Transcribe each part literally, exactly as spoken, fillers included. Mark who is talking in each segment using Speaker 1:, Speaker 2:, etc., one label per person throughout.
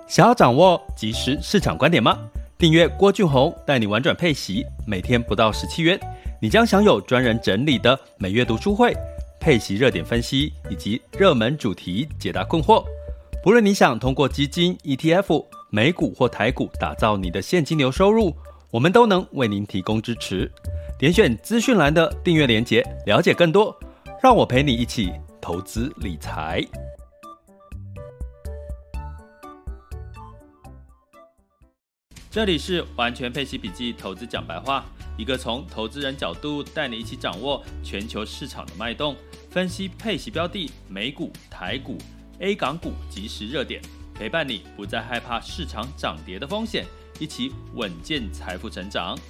Speaker 1: 想要掌握即时市场观点吗？订阅郭俊宏带你玩转配息，每天不到十七元，你将享有专人整理的每月读书会、配息热点分析以及热门主题解答困惑。不论你想通过基金、E T F、美股或台股打造你的现金流收入，我们都能为您提供支持。点选资讯栏的订阅连结，了解更多。让我陪你一起投资理财。这里是完全配息笔记投资讲白话，一个从投资人角度带你一起掌握全球市场的脉动，分析配息标的、美股、台股、A 港股即时热点，陪伴你不再害怕市场涨跌的风险，一起稳健财富成长。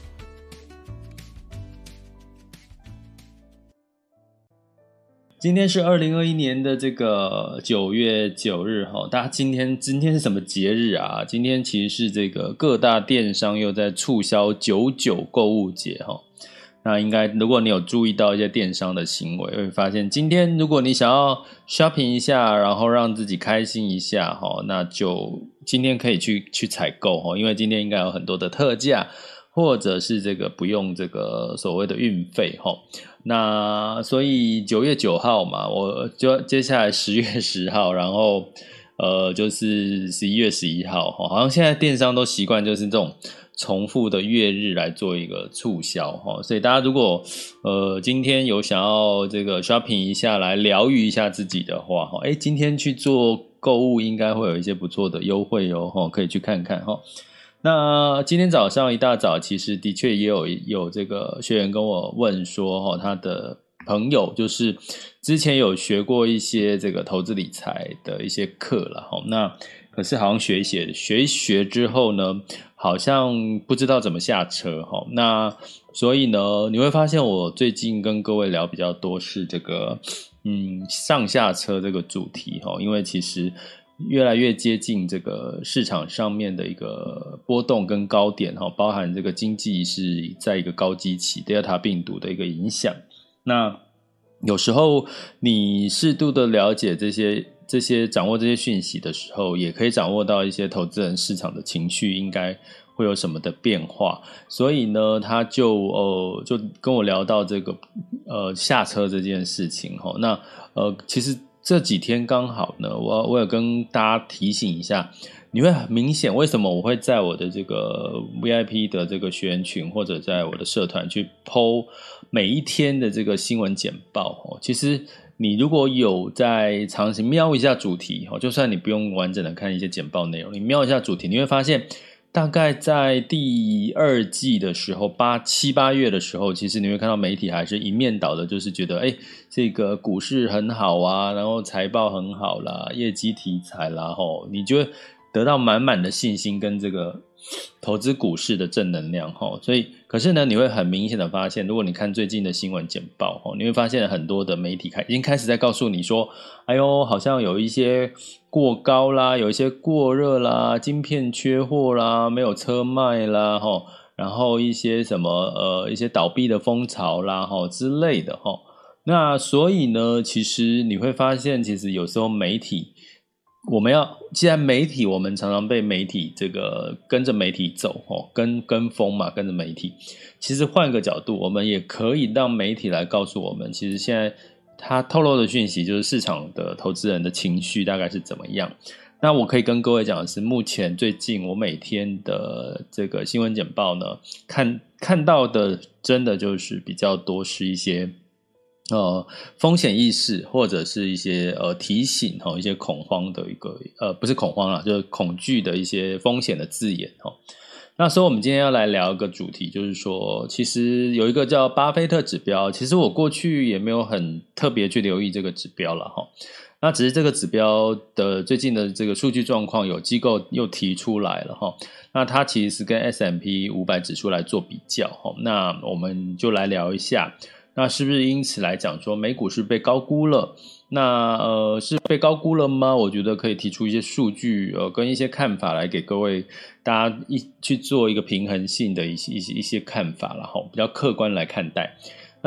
Speaker 1: 今天是二零二一年的这个九月九日哈，大家今天今天是什么节日啊？今天其实是这个各大电商又在促销九九购物节哈。那应该如果你有注意到一些电商的行为，会发现今天如果你想要 shopping 一下，然后让自己开心一下哈，那就今天可以去去采购哈，因为今天应该有很多的特价。或者是这个不用这个所谓的运费齁，那所以九月九号嘛，我就接下来十月十号，然后呃就是十一月十一号齁，好像现在电商都习惯就是这种重复的月日来做一个促销齁，所以大家如果呃今天有想要这个 shopping 一下来疗愈一下自己的话齁，诶今天去做购物应该会有一些不错的优惠哦齁，可以去看看齁。那今天早上一大早，其实的确也有有这个学员跟我问说，他的朋友就是之前有学过一些这个投资理财的一些课了，那可是好像学一学学一学之后呢，好像不知道怎么下车，那所以呢，你会发现我最近跟各位聊比较多是这个嗯上下车这个主题，因为其实越来越接近这个市场上面的一个波动跟高点，包含这个经济是在一个高基期 Delta 病毒的一个影响。那有时候你适度的了解这些这些掌握这些讯息的时候，也可以掌握到一些投资人市场的情绪应该会有什么的变化。所以呢，他就呃就跟我聊到这个呃下车这件事情。那呃其实这几天刚好呢，我我有跟大家提醒一下，你会很明显为什么我会在我的这个 V I P 的这个学员群或者在我的社团去 po 每一天的这个新闻简报。其实你如果有在长期瞄一下主题，就算你不用完整的看一些简报内容，你瞄一下主题，你会发现大概在第二季的时候，八七八月的时候，其实你会看到媒体还是一面倒的，就是觉得，哎，这个股市很好啊，然后财报很好啦，业绩题材啦，吼，你就会得到满满的信心跟这个投资股市的正能量，吼。所以，可是呢，你会很明显的发现，如果你看最近的新闻简报，吼，你会发现很多的媒体开已经开始在告诉你说，哎呦，好像有一些过高啦，有一些过热啦，晶片缺货啦，没有车卖啦，齁，然后一些什么呃一些倒闭的风潮啦，齁之类的，齁。那所以呢，其实你会发现，其实有时候媒体我们要既然媒体我们常常被媒体这个跟着媒体走，齁，跟跟风嘛，跟着媒体。其实换个角度，我们也可以让媒体来告诉我们，其实现在他透露的讯息就是市场的投资人的情绪大概是怎么样。那我可以跟各位讲的是，目前最近我每天的这个新闻简报呢，看看到的真的就是比较多是一些呃风险意识，或者是一些呃提醒，一些恐慌的一个呃不是恐慌啦，就是恐惧的一些风险的字眼。那所以我们今天要来聊一个主题，就是说其实有一个叫巴菲特指标，其实我过去也没有很特别去留意这个指标啦齁。那只是这个指标的最近的这个数据状况有机构又提出来了齁。那它其实是跟 S and P 五百 指数来做比较齁。那我们就来聊一下，那是不是因此来讲说美股是被高估了？那呃是被高估了吗？我觉得可以提出一些数据呃跟一些看法来给各位大家一去做一个平衡性的一些一些一些看法啦齁，比较客观来看待。那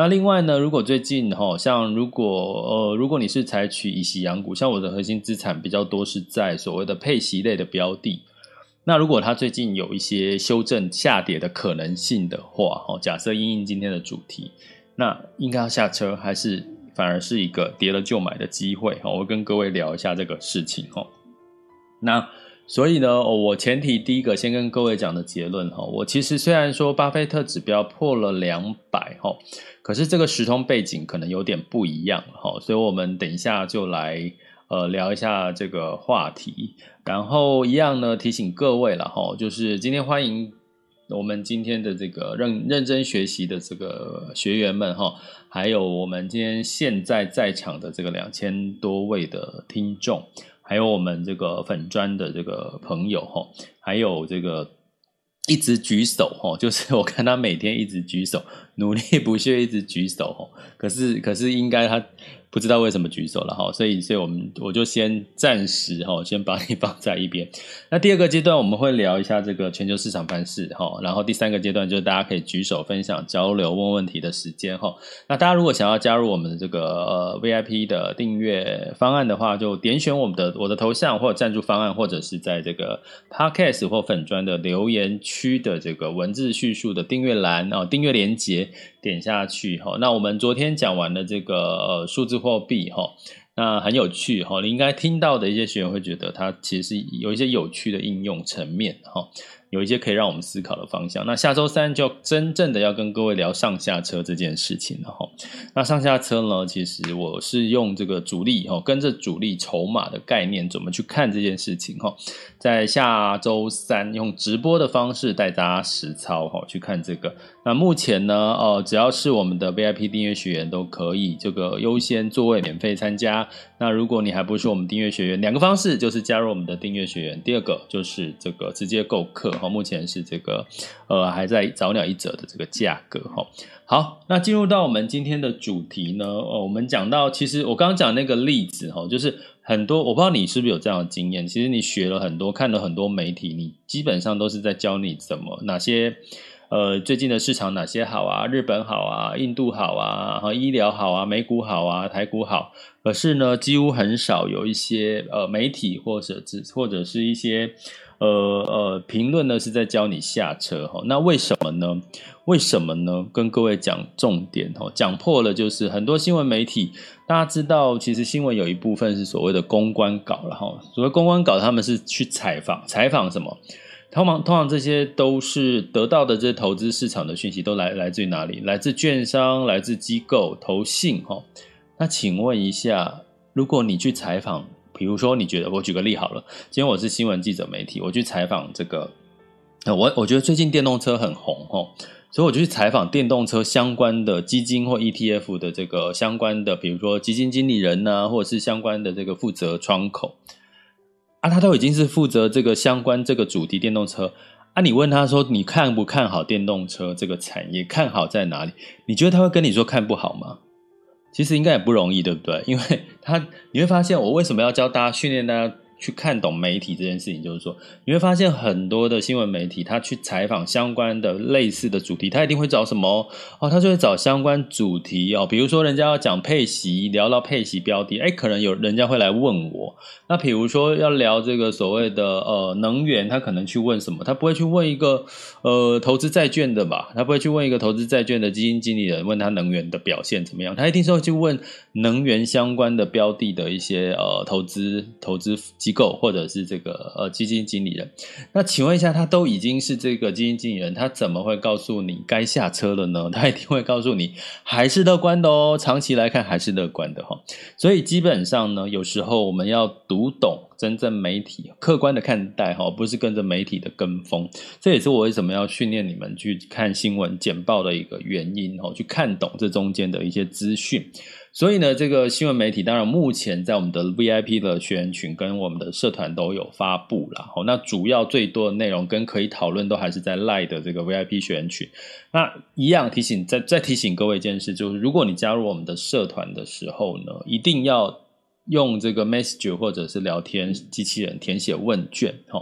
Speaker 1: 那另外呢，如果最近齁像如果呃如果你是采取以息养股，像我的核心资产比较多是在所谓的配息类的标的，那如果它最近有一些修正下跌的可能性的话，齁假设因应今天的主题，那应该要下车还是反而是一个跌了就买的机会？我会跟各位聊一下这个事情。那所以呢，我前提第一个先跟各位讲的结论，我其实虽然说巴菲特指标破了两百，可是这个时空背景可能有点不一样，所以我们等一下就来呃聊一下这个话题。然后一样呢，提醒各位啦，就是今天欢迎我们今天的这个认认真学习的这个学员们，还有我们今天现在在场的这个两千多位的听众，还有我们这个粉专的这个朋友，还有这个一直举手，就是我看他每天一直举手，努力不懈一直举手，可是可是应该他不知道为什么举手了，所以所以我们我就先暂时先把你放在一边。那第二个阶段我们会聊一下这个全球市场盘势，然后第三个阶段就是大家可以举手分享交流问问题的时间。那大家如果想要加入我们的这个呃 V I P 的订阅方案的话，就点选我们的我的头像或者赞助方案，或者是在这个 Podcast 或粉专的留言区的这个文字叙述的订阅栏哦，订阅连结点下去。那我们昨天讲完了这个呃数字货币，那很有趣，你应该听到的一些学员会觉得它其实是有一些有趣的应用层面，有一些可以让我们思考的方向。那下周三就真正的要跟各位聊上下车这件事情了。那上下车呢，其实我是用这个主力跟着主力筹码的概念怎么去看这件事情，在下周三用直播的方式带大家实操去看这个。那目前呢呃，只要是我们的 V I P 订阅学员都可以这个优先座位免费参加。那如果你还不是我们订阅学员，两个方式就是加入我们的订阅学员，第二个就是这个直接购课，目前是这个呃还在早鸟一折的这个价格。好，那进入到我们今天的主题呢，呃、我们讲到其实我刚刚讲那个例子，就是很多我不知道你是不是有这样的经验，其实你学了很多看了很多媒体，你基本上都是在教你怎么哪些呃，最近的市场哪些好啊？日本好啊，印度好啊，医疗好啊，美股好啊，台股好。可是呢，几乎很少有一些呃媒体或者或者是一些呃呃评论呢是在教你下车。那为什么呢？为什么呢？跟各位讲重点，讲破了就是很多新闻媒体，大家知道其实新闻有一部分是所谓的公关稿啦，所谓公关稿他们是去采访，采访什么？通常通常这些都是得到的这些投资市场的讯息都来来自于哪里？来自券商，来自机构、投信。那请问一下，如果你去采访，比如说你觉得，我举个例好了，今天我是新闻记者媒体，我去采访这个，我我觉得最近电动车很红，所以我就去采访电动车相关的基金或 E T F 的这个相关的，比如说基金经理人啊，或者是相关的这个负责窗口。啊，他都已经是负责这个相关这个主题电动车啊，你问他说你看不看好电动车这个产业，看好在哪里？你觉得他会跟你说看不好吗？其实应该也不容易，对不对？因为他你会发现，我为什么要教大家训练大家去看懂媒体这件事情，就是说你会发现很多的新闻媒体他去采访相关的类似的主题，他一定会找什么哦，他就会找相关主题哦，比如说人家要讲配息，聊到配息标的，诶可能有人家会来问我，那比如说要聊这个所谓的呃能源，他可能去问什么？他不会去问一个呃投资债券的吧？他不会去问一个投资债券的基金经理人，问他能源的表现怎么样？他一定是会去问能源相关的标的的一些呃投资投资机构或者是这个呃基金经理人。那请问一下，他都已经是这个基金经理人，他怎么会告诉你该下车了呢？他一定会告诉你还是乐观的哦，长期来看还是乐观的哈。所以基本上呢，有时候我们要读懂真正媒体，客观的看待哈，不是跟着媒体的跟风。这也是我为什么要训练你们去看新闻简报的一个原因哈，去看懂这中间的一些资讯。所以呢，这个新闻媒体当然目前在我们的 V I P 的学员群跟我们的社团都有发布啦。那主要最多的内容跟可以讨论都还是在 Line 的这个 V I P 学员群。那一样提醒再再提醒各位一件事，就是如果你加入我们的社团的时候呢，一定要用这个 Messenger 或者是聊天机器人填写问卷。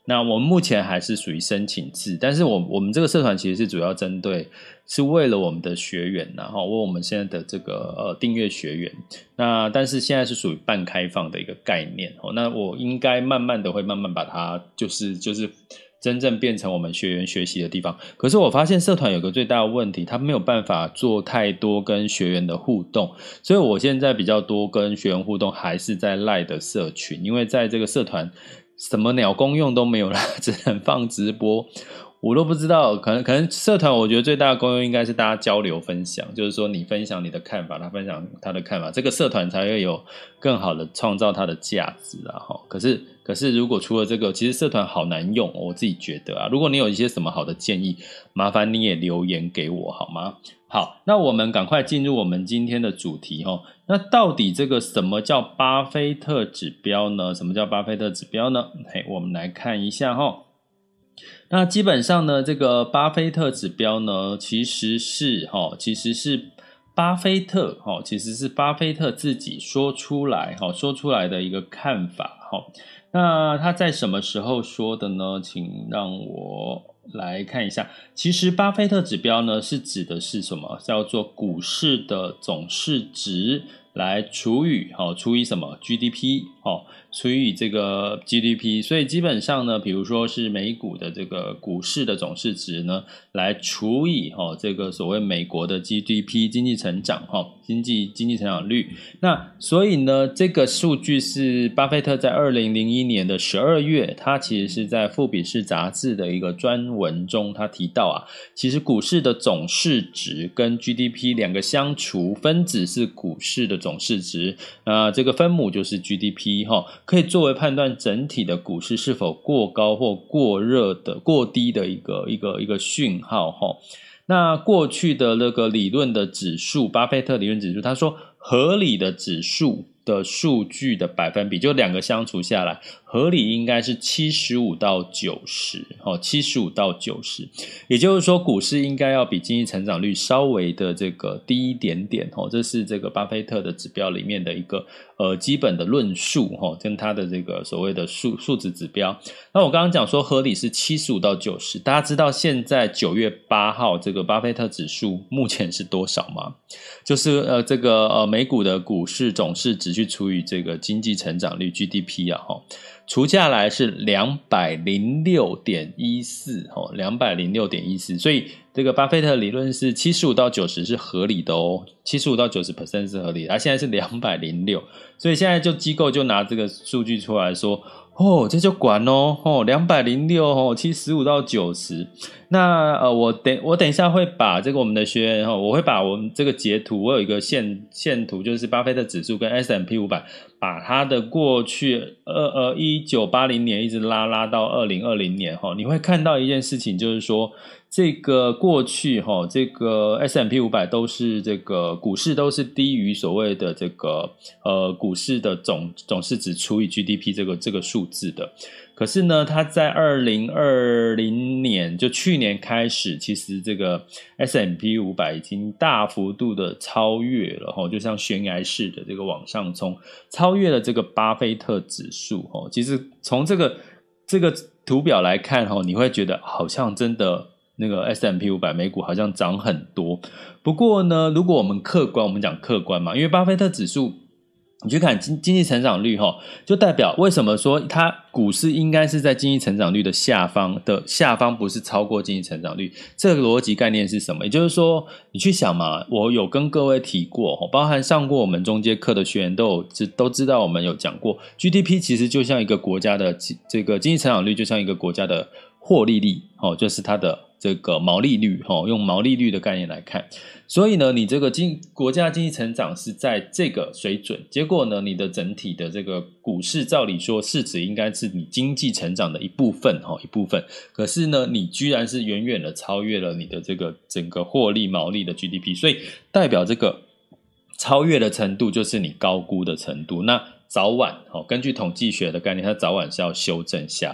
Speaker 1: 那我们目前还是属于申请制，但是我我们这个社团其实是主要针对是为了我们的学员，然后为我们现在的这个呃订阅学员，那但是现在是属于半开放的一个概念哦，那我应该慢慢的会慢慢把它就是就是真正变成我们学员学习的地方。可是我发现社团有个最大的问题，它没有办法做太多跟学员的互动，所以我现在比较多跟学员互动还是在 LINE 的社群，因为在这个社团什么鸟功用都没有啦，只能放直播，我都不知道，可能可能社团我觉得最大的功用应该是大家交流分享，就是说你分享你的看法，他分享他的看法，这个社团才会有更好的创造它的价值啊。可是可是如果除了这个，其实社团好难用，我自己觉得啊，如果你有一些什么好的建议，麻烦你也留言给我好吗？好，那我们赶快进入我们今天的主题齁。那到底这个什么叫巴菲特指标呢？什么叫巴菲特指标呢？嘿，我们来看一下齁。那基本上呢，这个巴菲特指标呢，其实是齁，其实是巴菲特齁，其实是巴菲特自己说出来齁，说出来的一个看法齁。那他在什么时候说的呢？请让我来看一下，其实巴菲特指标呢是指的是什么？叫做股市的总市值来除以齁，除以什么 G D P 齁，除以这个 G D P， 所以基本上呢，比如说是美股的这个股市的总市值呢，来除以齁这个所谓美国的 G D P 经济成长齁，经济经济成长率。那所以呢，这个数据是巴菲特在二零零一年的十二月，他其实是在富比士杂志的一个专文中，他提到啊，其实股市的总市值跟 G D P 两个相除，分子是股市的总市值，那这个分母就是 G D P 齁，可以作为判断整体的股市是否过高或过热的、过低的一个一个一个讯号齁。那过去的那个理论的指数，巴菲特理论指数，他说合理的指数的数据的百分比，就两个相除下来，合理应该是七十五到九十，哦，七十五到九十，也就是说股市应该要比经济成长率稍微的这个低一点点，哦，这是这个巴菲特的指标里面的一个呃基本的论述，哦，跟他的这个所谓的数数值指标。那我刚刚讲说合理是七十五到九十，大家知道现在九月八号这个巴菲特指数目前是多少吗？就是呃这个呃美股的股市总市值去除以这个经济成长率 G D P 啊，齁，除下来是 两百零六点一四 齁 两百零六点一四，所以这个巴菲特理论是七十五到九十是合理的哦， 七十五到九十 百分之 是合理的，他现在是两百零六，所以现在就机构就拿这个数据出来说，哦，这就管哦，哦，两百零六哦，七十五到九十。那呃，我等我等一下会把这个我们的学员哈，我会把我们这个截图，我有一个线线图，就是巴菲特指数跟 S and P 五百，把它的过去呃呃一九八零年一直拉拉到二零二零年哈，你会看到一件事情，就是说这个过去哈，这个 S and P 五百都是这个股市都是低于所谓的这个呃股市的总总市值除以 G D P 这个这个数字的。可是呢，它在二零二零年就去年开始，其实这个 S and P 五百已经大幅度的超越了齁，就像悬崖式的这个往上冲，超越了这个巴菲特指数齁。其实从这个这个图表来看齁，你会觉得好像真的那个 S and P 五百美股好像涨很多。不过呢，如果我们客观，我们讲客观嘛，因为巴菲特指数你去看经经济成长率齁，就代表为什么说它股市应该是在经济成长率的下方的下方，不是超过经济成长率。这个逻辑概念是什么？也就是说，你去想嘛，我有跟各位提过，包含上过我们中阶课的学员都有知都知道，我们有讲过 G D P 其实就像一个国家的这个经济成长率，就像一个国家的获利率，就是它的这个毛利率，用毛利率的概念来看。所以呢，你这个经国家经济成长是在这个水准，结果呢，你的整体的这个股市照理说市值应该是你经济成长的一部分，一部分。可是呢，你居然是远远的超越了你的这个整个获利毛利的 G D P， 所以代表这个超越的程度就是你高估的程度。那早晚根据统计学的概念，它早晚是要修正下来。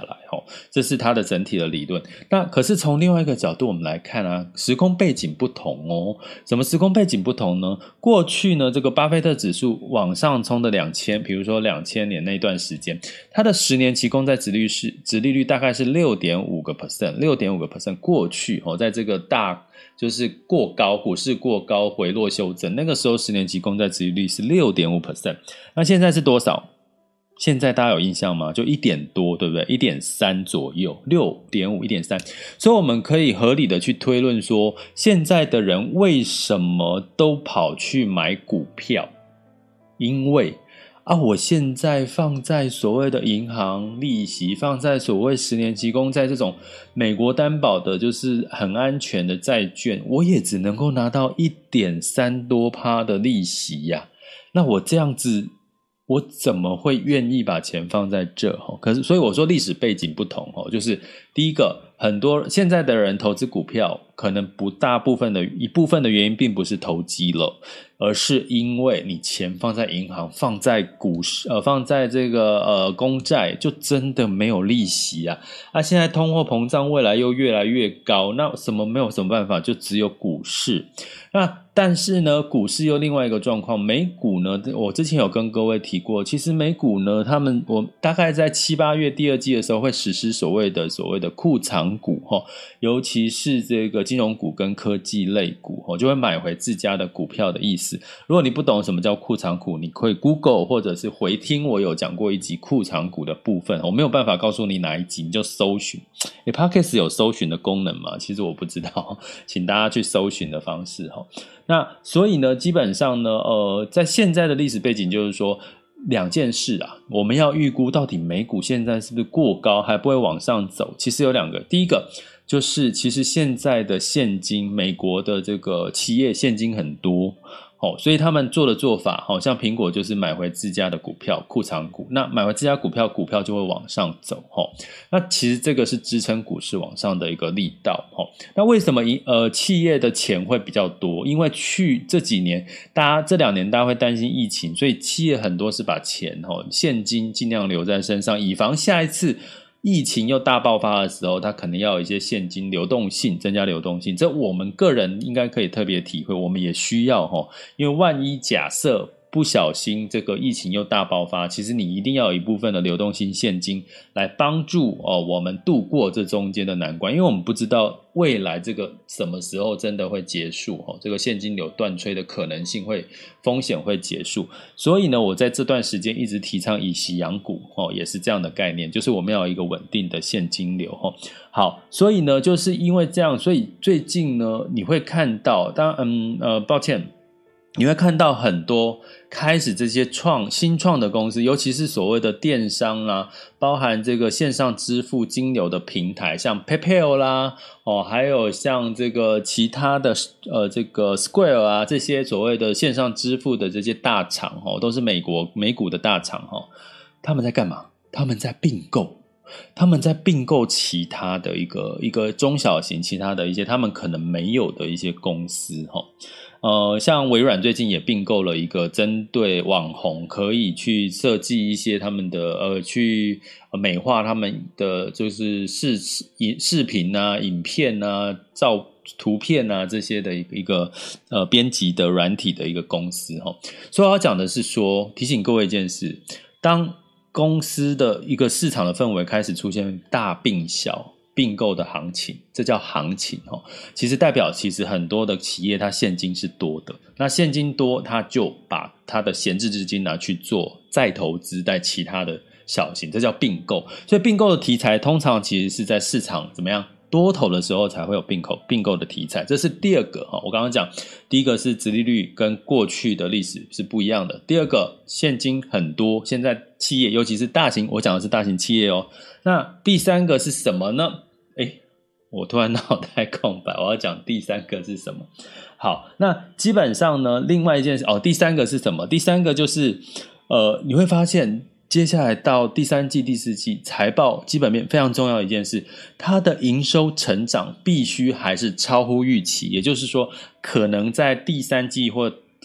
Speaker 1: 这是它的整体的理论。那可是从另外一个角度我们来看啊，时空背景不同哦。什么时空背景不同呢？过去呢，这个巴菲特指数往上冲的两千，比如说两千年那段时间，它的十年期公债殖利率是殖利率大概是 六点五个百分点， 六点五个百分点。过去哦，在这个大就是过高，股市过高回落修正，那个时候十年期公债殖利率是 六点五个百分点。那现在是多少？现在大家有印象吗？就一点多，对不对？ 一点三 左右， 六点五 一点三。所以我们可以合理的去推论说，现在的人为什么都跑去买股票？因为啊，我现在放在所谓的银行利息，放在所谓十年期公债这种美国担保的就是很安全的债券，我也只能够拿到 一点三 多趴的利息呀、啊。那我这样子我怎么会愿意把钱放在这？可是，所以我说历史背景不同，就是第一个，很多现在的人投资股票，可能不大部分的一部分的原因并不是投机了，而是因为你钱放在银行，放在股市，呃，放在这个呃公债，就真的没有利息啊！啊，现在通货膨胀未来又越来越高，那什么没有什么办法，就只有股市。那但是呢，股市又另外一个状况，美股呢，我之前有跟各位提过，其实美股呢，他们我大概在七八月第二季的时候会实施所谓的所谓的库藏股齁，尤其是这个金融股跟科技类股齁，就会买回自家的股票的意思。如果你不懂什么叫库藏股，你可以 Google 或者是回听我有讲过一集库藏股的部分，我没有办法告诉你哪一集，你就搜寻。诶 Podcast 有搜寻的功能吗？其实我不知道，请大家去搜寻的方式齁。那所以呢，基本上呢，呃，在现在的历史背景就是说，两件事啊，我们要预估到底美股现在是不是过高，还不会往上走。其实有两个，第一个就是其实现在的现金，美国的这个企业现金很多。哦，所以他们做的做法，好、哦、像苹果就是买回自家的股票，库藏股。那买回自家股票，股票就会往上走。哦，那其实这个是支撑股市往上的一个力道。哦，那为什么呃企业的钱会比较多？因为去这几年，大家这两年大家会担心疫情，所以企业很多是把钱哦现金尽量留在身上，以防下一次疫情又大爆发的时候，它可能要有一些现金流动性，增加流动性。这我们个人应该可以特别体会，我们也需要齁，因为万一假设不小心这个疫情又大爆发，其实你一定要有一部分的流动性现金来帮助哦我们度过这中间的难关，因为我们不知道未来这个什么时候真的会结束哦，这个现金流断炊的可能性会风险会结束，所以呢，我在这段时间一直提倡以息养股哦，也是这样的概念，就是我们要有一个稳定的现金流哦。好，所以呢，就是因为这样，所以最近呢，你会看到，当嗯呃，抱歉。你会看到很多开始这些创新创的公司，尤其是所谓的电商啦，包含这个线上支付金流的平台，像 PayPal 啦，哦，还有像这个其他的呃这个 Square 啊，这些所谓的线上支付的这些大厂哦，都是美国美股的大厂哦，他们在干嘛？他们在并购。他们在并购其他的一个一个中小型其他的一些他们可能没有的一些公司齁。呃，像微软最近也并购了一个针对网红可以去设计一些他们的呃去美化他们的就是视视频啊、影片啊、照图片啊这些的一个呃编辑的软体的一个公司齁。所以我要讲的是说，提醒各位一件事，当公司的一个市场的氛围开始出现大并小并购的行情，这叫行情齁。其实代表其实很多的企业它现金是多的，那现金多，它就把它的闲置资金拿去做再投资在其他的小型，这叫并购。所以并购的题材通常其实是在市场怎么样多头的时候才会有并购并购的题材，这是第二个齁。我刚刚讲第一个是殖利率跟过去的历史是不一样的，第二个现金很多，现在企业尤其是大型，我讲的是大型企业哦。那第三个是什么呢？诶，我突然脑袋空白，我要讲第三个是什么？好，那基本上呢，另外一件事哦，第三个是什么？第三个就是呃，你会发现接下来到第三季、第四季财报基本面非常重要的一件事，它的营收成长必须还是超乎预期，也就是说，可能在第三季或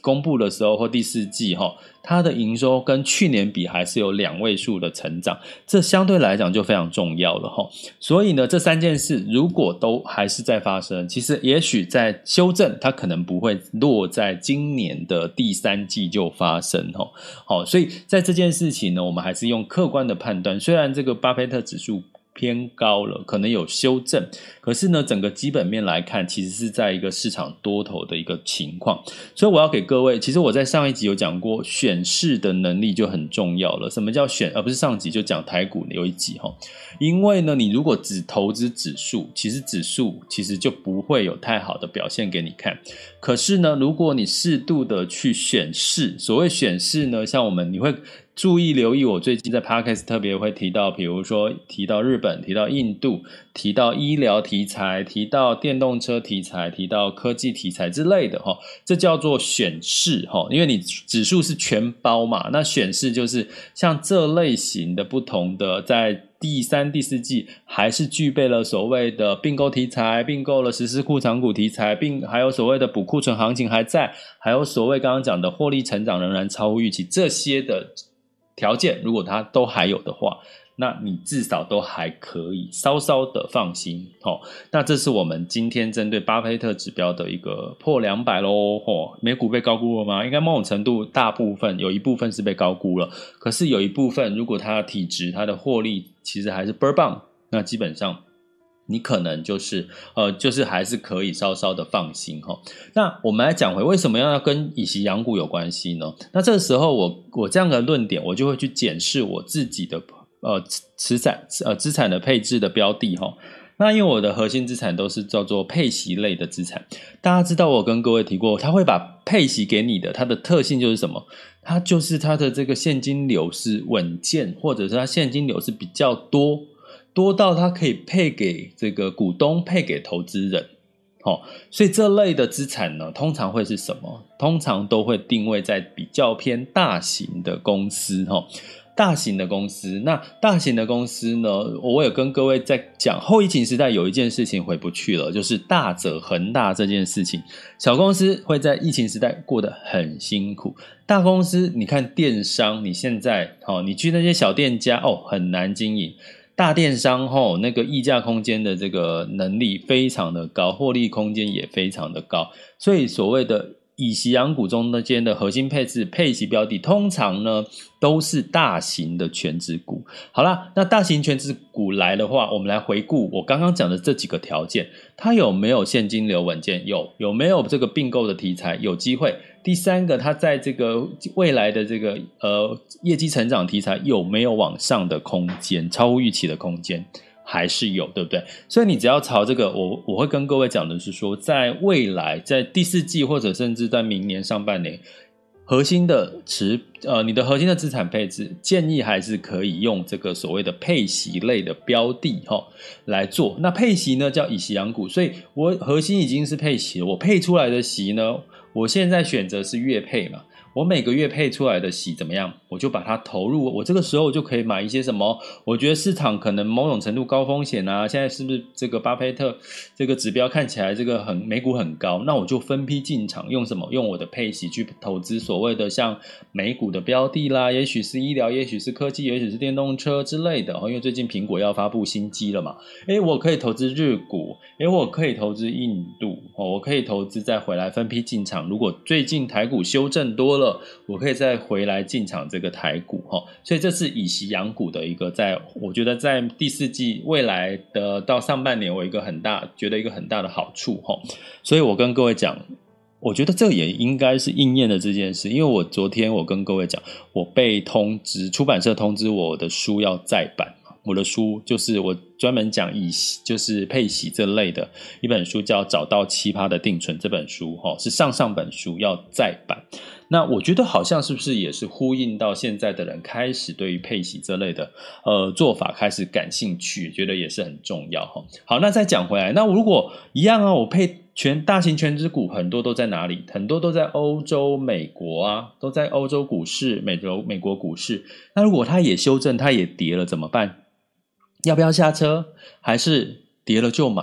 Speaker 1: 公布的时候或第四季齁，它的营收跟去年比还是有两位数的成长，这相对来讲就非常重要了齁。所以呢，这三件事如果都还是在发生，其实也许在修正，它可能不会落在今年的第三季就发生齁。好，所以在这件事情呢，我们还是用客观的判断，虽然这个巴菲特指数偏高了，可能有修正，可是呢整个基本面来看，其实是在一个市场多头的一个情况。所以我要给各位，其实我在上一集有讲过，选市的能力就很重要了。什么叫选，而不是上集就讲台股有一集齁。因为呢你如果只投资指数，其实指数其实就不会有太好的表现给你看。可是呢如果你适度的去选市，所谓选市呢，像我们你会注意留意我最近在 Podcast 特别会提到，比如说提到日本，提到印度，提到医疗题材，提到电动车题材，提到科技题材之类的齁，这叫做选市齁。因为你指数是全包嘛，那选市就是像这类型的不同的，在第三、第四季还是具备了所谓的并购题材，并购了实施库藏股题材，并还有所谓的补库存行情还在，还有所谓刚刚讲的获利成长仍然超乎预期，这些的条件如果它都还有的话，那你至少都还可以稍稍的放心、哦、那这是我们今天针对巴菲特指标的一个破两百咯、哦、美股被高估了吗？应该某种程度大部分有一部分是被高估了，可是有一部分如果它的体质它的获利其实还是倍儿棒，那基本上你可能就是呃，就是还是可以稍稍的放心齁。那我们来讲回为什么要跟以息养股有关系呢？那这个时候我我这样的论点，我就会去检视我自己的呃资产呃资产的配置的标的齁。那因为我的核心资产都是叫做配息类的资产，大家知道我跟各位提过，它会把配息给你的，它的特性就是什么？它就是它的这个现金流是稳健，或者是它现金流是比较多。多到它可以配给这个股东，配给投资人、哦、所以这类的资产呢，通常会是什么？通常都会定位在比较偏大型的公司、哦、大型的公司。那大型的公司呢，我有跟各位在讲，后疫情时代有一件事情回不去了，就是大者恒大这件事情。小公司会在疫情时代过得很辛苦，大公司你看电商，你现在、哦、你去那些小店家哦，很难经营。大电商齁，那个溢价空间的这个能力非常的高，获利空间也非常的高，所以所谓的以息养股中间的核心配置配息标的，通常呢都是大型的全指股。好啦，那大型全指股来的话，我们来回顾我刚刚讲的这几个条件，它有没有现金流稳健？有。有没有这个并购的题材？有机会。第三个，它在这个未来的这个呃业绩成长题材有没有往上的空间？超乎预期的空间还是有，对不对？所以你只要朝这个，我我会跟各位讲的是说，在未来，在第四季或者甚至在明年上半年，核心的持呃你的核心的资产配置，建议还是可以用这个所谓的配息类的标的齁、哦、来做。那配息呢叫以息养股，所以我核心已经是配息了，我配出来的息呢，我现在选择是月配嘛，我每个月配出来的息怎么样，我就把它投入，我这个时候就可以买一些什么，我觉得市场可能某种程度高风险啊，现在是不是这个巴菲特这个指标看起来这个很美股很高，那我就分批进场，用什么？用我的配息去投资所谓的像美股的标的啦，也许是医疗，也许是科技，也许是电动车之类的，因为最近苹果要发布新机了嘛，诶我可以投资日股，诶我可以投资印度，我可以投资再回来分批进场，如果最近台股修正多了，我可以再回来进场这个台股，所以这是以息养股的一个，在我觉得在第四季未来的到上半年我一个很大觉得一个很大的好处，所以我跟各位讲，我觉得这也应该是应验的这件事，因为我昨天我跟各位讲，我被通知出版社通知我的书要再版，我的书就是我专门讲以就是配息这类的一本书，叫找到奇葩的定存，这本书是上上本书要再版。那我觉得好像是不是也是呼应到现在的人开始对于配息这类的呃做法开始感兴趣，觉得也是很重要。好，那再讲回来，那如果一样啊，我配全大型全指股很多都在哪里？很多都在欧洲美国啊，都在欧洲股市美国美国股市。那如果它也修正，它也跌了怎么办？要不要下车？还是跌了就买？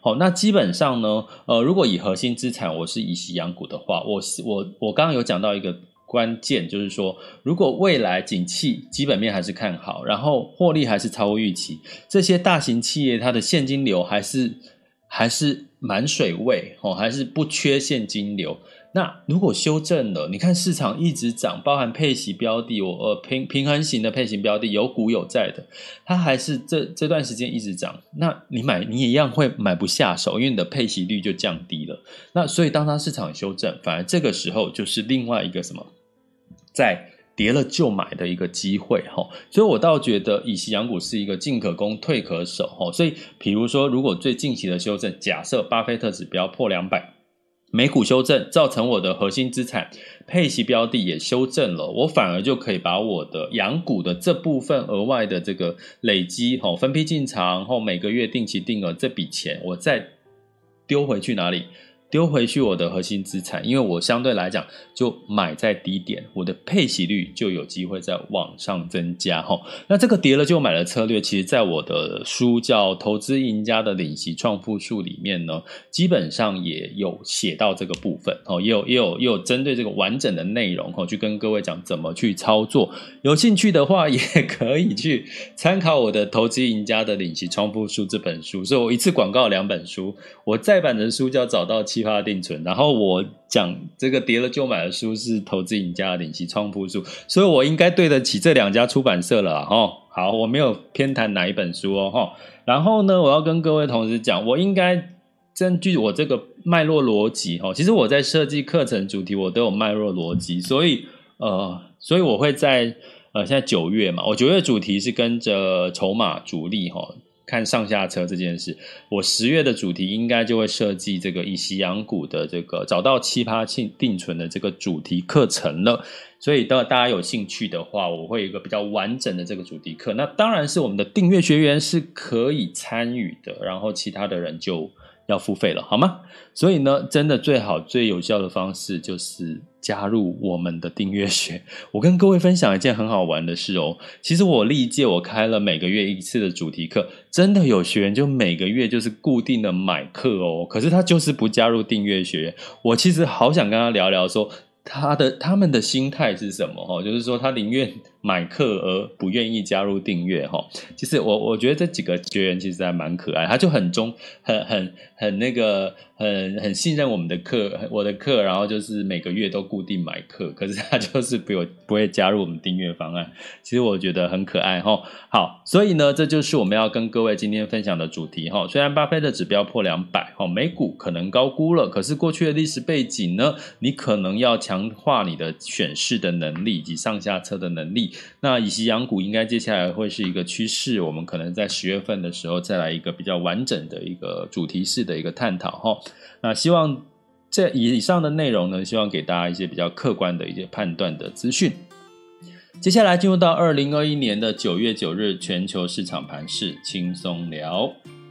Speaker 1: 好，那基本上呢，呃，如果以核心资产我是以息养股的话，我我我刚刚有讲到一个关键，就是说，如果未来景气基本面还是看好，然后获利还是超乎预期，这些大型企业它的现金流还是还是满水位，哦，还是不缺现金流。那如果修正了，你看市场一直涨，包含配息标的，我呃平平衡型的配息标的，有股有债的，它还是这这段时间一直涨，那你买你也一样会买不下手，因为你的配息率就降低了。那所以当它市场修正，反而这个时候就是另外一个什么，在跌了就买的一个机会，所以我倒觉得以息养股是一个进可攻退可守。所以比如说如果最近期的修正，假设巴菲特指标破两百，美股修正造成我的核心资产配息标的也修正了，我反而就可以把我的养股的这部分额外的这个累积分批进场后每个月定期定额这笔钱，我再丢回去哪里？丢回去我的核心资产，因为我相对来讲就买在低点，我的配息率就有机会在往上增加。那这个跌了就买的策略，其实在我的书叫《投资赢家的领息创富术》里面呢，基本上也有写到这个部分，也有也有也有针对这个完整的内容去跟各位讲怎么去操作。有兴趣的话也可以去参考我的《投资赢家的领息创富术》这本书，所以我一次广告两本书，我再版的书叫找到期发定存，然后我讲这个跌了就买的书是投资赢家的领息创富术，所以我应该对得起这两家出版社了啦。好，我没有偏袒哪一本书哦。然后呢，我要跟各位同事讲，我应该根据我这个脉络逻辑，其实我在设计课程主题我都有脉络逻辑，所以呃，所以我会在呃现在九月嘛，我九月主题是跟着筹码主力齁看上下车这件事，我十月的主题应该就会设计这个以息养股的这个找到七趴定存的这个主题课程了。所以当大家有兴趣的话，我会有一个比较完整的这个主题课，那当然是我们的订阅学员是可以参与的，然后其他的人就要付费了，好吗？所以呢，真的最好最有效的方式就是加入我们的订阅学。我跟各位分享一件很好玩的事哦，其实我历届我开了每个月一次的主题课，真的有学员就每个月就是固定的买课哦，可是他就是不加入订阅学员。我其实好想跟他聊聊说他的他们的心态是什么，就是说他宁愿买课而不愿意加入订阅。其实我我觉得这几个学员其实还蛮可爱，他就很忠很很很那个很很信任我们的课我的课，然后就是每个月都固定买课，可是他就是不有不会加入我们订阅方案，其实我觉得很可爱。好，所以呢这就是我们要跟各位今天分享的主题。虽然巴菲特指标破两百，美股可能高估了，可是过去的历史背景呢，你可能要强化你的选市的能力以及上下车的能力。那以息养股应该接下来会是一个趋势，我们可能在十月份的时候再来一个比较完整的一个主题式的一个探讨。那希望这以上的内容呢，希望给大家一些比较客观的一些判断的资讯。接下来进入到二零二一年的九月九日全球市场盘势轻松聊。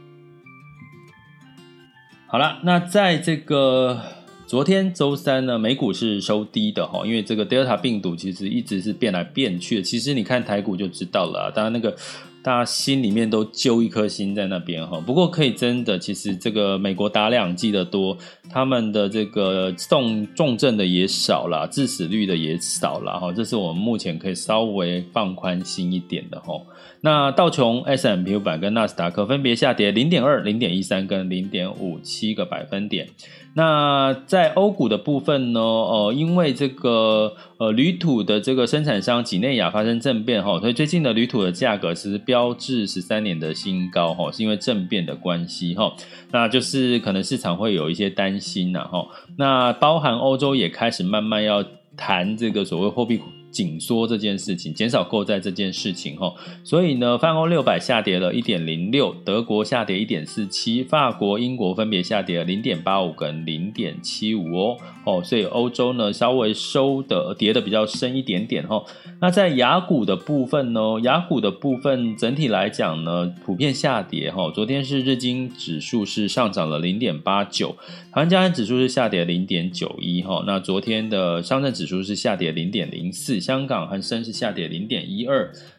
Speaker 1: 好了，那在这个昨天周三呢，美股是收低的，因为这个 Delta 病毒其实一直是变来变去的，其实你看台股就知道了，当然那个大家心里面都揪一颗心在那边。不过可以真的，其实这个美国打两剂的多，他们的这个重重症的也少啦，致死率的也少啦，这是我们目前可以稍微放宽心一点的。那道琼 S and P 五百 跟纳斯达克分别下跌 零点二、零点一三 跟 零点五七 个百分点。那在欧股的部分呢，呃，因为这个呃铝土的这个生产商几内亚发生政变，所以最近的铝土的价格是标至十三年的新高，是因为政变的关系。那就是可能市场会有一些担心啊，那包含欧洲也开始慢慢要谈这个所谓货币紧缩这件事情，减少购债这件事情。所以呢，泛欧六百下跌了 一点零六， 德国下跌 一点四七， 法国英国分别下跌了 零点八五 跟 零点七五 哦。哦，所以欧洲呢稍微收的跌的比较深一点点。那在亚股的部分呢，亚股的部分整体来讲呢普遍下跌。昨天是日经指数是上涨了 零点八九， 台湾加权指数是下跌 零点九一， 那昨天的上证指数是下跌 零点零四，香港恒生是下跌 零点一二，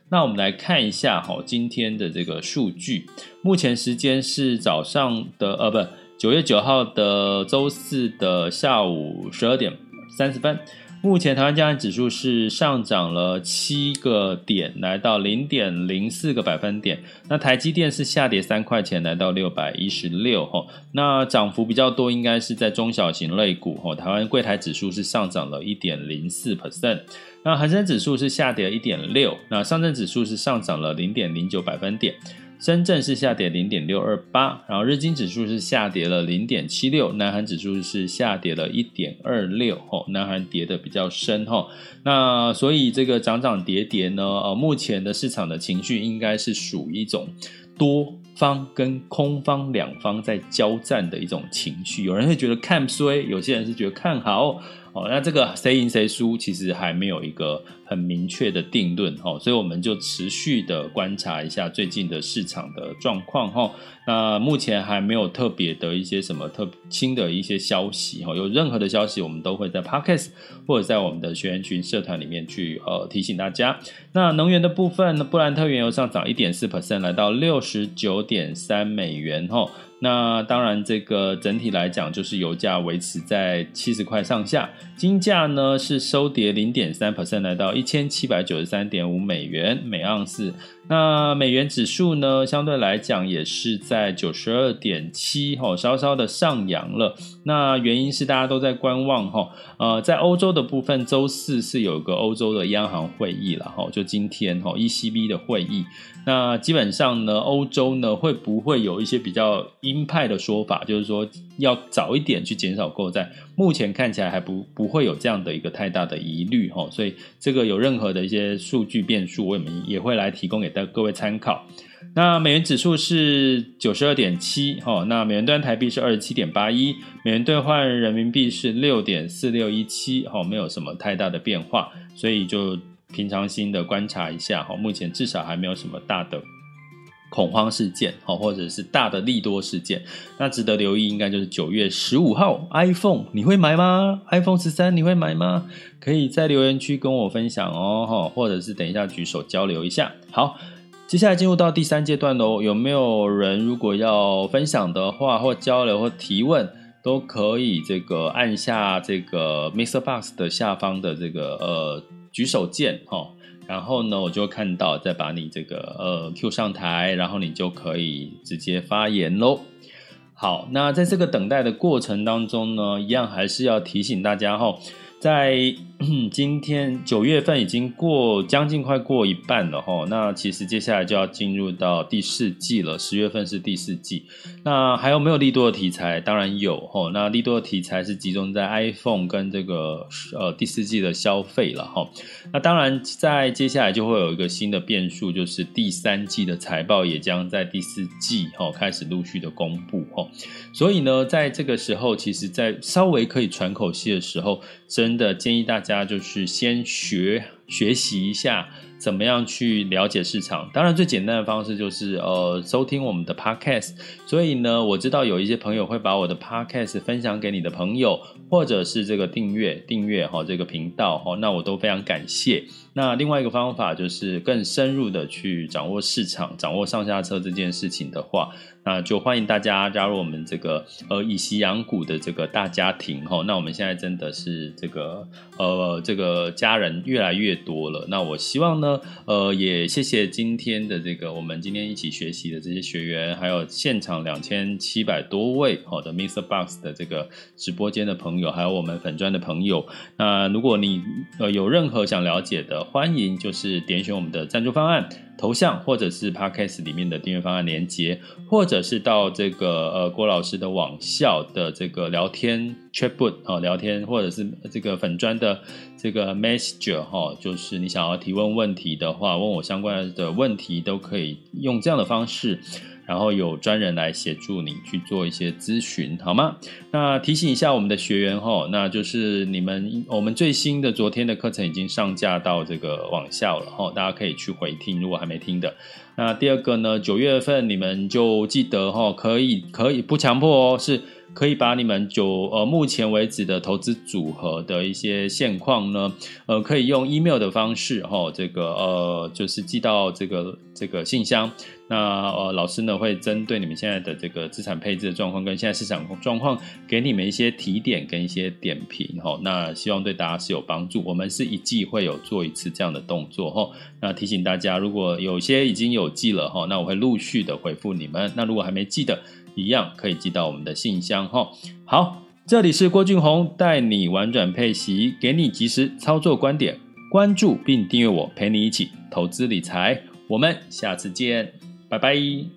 Speaker 1: 那我们来看一下今天的这个数据，目前时间是早上的呃不九月九号的周四的下午十二点三十分，目前台湾加权指数是上涨了七个点，来到 零点零四个百分点。那台积电是下跌三块钱，来到六百一十六。那涨幅比较多应该是在中小型类股，台湾柜台指数是上涨了 百分之一点零四。那恒生指数是下跌 一点六， 那上证指数是上涨了 零点零九百分点，深圳是下跌 零点六二八， 然后日经指数是下跌了 零点七六， 南韩指数是下跌了 一点二六， 南韩跌的比较深。那所以这个涨涨跌跌呢、呃、目前的市场的情绪应该是属于一种多方跟空方两方在交战的一种情绪，有人会觉得看衰，有些人是觉得看好。哦，那这个谁赢谁输其实还没有一个很明确的定论，哦，所以我们就持续的观察一下最近的市场的状况。哦，那目前还没有特别的一些什么特新的一些消息，哦，有任何的消息我们都会在 Podcast 或者在我们的学员群社团里面去呃提醒大家。那能源的部分，布兰特原油上涨 百分之一点四， 来到 六十九点三美元。哦，那当然这个整体来讲就是油价维持在七十块上下，金价呢是收跌 零点三， 来到 一千七百九十三点五美元每盎司。那美元指数呢相对来讲也是在 九十二点七， 稍稍的上扬了。那原因是大家都在观望，呃，在欧洲的部分周四是有个欧洲的央行会议啦，就今天 E C B 的会议。那基本上呢欧洲呢会不会有一些比较鹰派的说法，就是说要早一点去减少购债，目前看起来还不不会有这样的一个太大的疑虑，所以这个有任何的一些数据变数我们也会来提供给各位参考。那美元指数是 九十二点七， 那美元兑换台币是 二十七点八一， 美元兑换人民币是 六点四六一七， 没有什么太大的变化，所以就平常心的观察一下，目前至少还没有什么大的恐慌事件或者是大的利多事件。那值得留意应该就是九月十五号 iPhone 你会买吗？ iPhone 十三 你会买吗？可以在留言区跟我分享哦，或者是等一下举手交流一下。好，接下来进入到第三阶段咯，有没有人如果要分享的话或交流或提问都可以这个按下这个 Mixer Box 的下方的这个呃举手键，然后呢我就看到再把你这个呃 Q 上台，然后你就可以直接发言咯。好，那在这个等待的过程当中呢，一样还是要提醒大家齁，在今天九月份已经过将近快过一半了齁，那其实接下来就要进入到第四季了，十月份是第四季。那还有没有利多的题材？当然有齁，那利多的题材是集中在 iPhone 跟这个呃第四季的消费了齁。那当然在接下来就会有一个新的变数，就是第三季的财报也将在第四季齁开始陆续的公布齁。所以呢在这个时候，其实在稍微可以喘口气的时候，真的建议大家就是先学学习一下怎么样去了解市场。当然最简单的方式就是呃收听我们的 podcast， 所以呢我知道有一些朋友会把我的 podcast 分享给你的朋友，或者是这个订阅订阅齁这个频道齁，那我都非常感谢。那另外一个方法就是更深入的去掌握市场，掌握上下车这件事情的话，那就欢迎大家加入我们这个呃以息养股的这个大家庭齁。那我们现在真的是这个呃这个家人越来越多了。那我希望呢呃也谢谢今天的这个我们今天一起学习的这些学员，还有现场两千七百多位好的 Mixer Box 的这个直播间的朋友，还有我们粉专的朋友。那如果你呃有任何想了解的，欢迎就是点选我们的赞助方案头像，或者是 Podcast 里面的订阅方案连结，或者是到这个呃郭老师的网校的这个聊天 Chatbot、哦、聊天，或者是这个粉专的这个 Messenger、哦、就是你想要提问问题的话，问我相关的问题都可以用这样的方式，然后有专人来协助你去做一些咨询，好吗？那提醒一下我们的学员齁，那就是你们我们最新的昨天的课程已经上架到这个网校了齁，大家可以去回听，如果还没听的。那第二个呢，九月份你们就记得齁，可以可以不强迫哦，是可以把你们九呃目前为止的投资组合的一些现况呢，呃，可以用 email 的方式哈、哦，这个呃就是寄到这个这个信箱。那呃老师呢会针对你们现在的这个资产配置的状况跟现在市场状况，给你们一些提点跟一些点评哈、哦。那希望对大家是有帮助。我们是一季会有做一次这样的动作哈、哦。那提醒大家，如果有些已经有寄了哈、哦，那我会陆续的回复你们。那如果还没寄的，一样可以寄到我们的信箱哈、哦。好，这里是郭俊宏，带你玩转配息，给你及时操作观点，关注并订阅我，陪你一起投资理财。我们下次见，拜拜。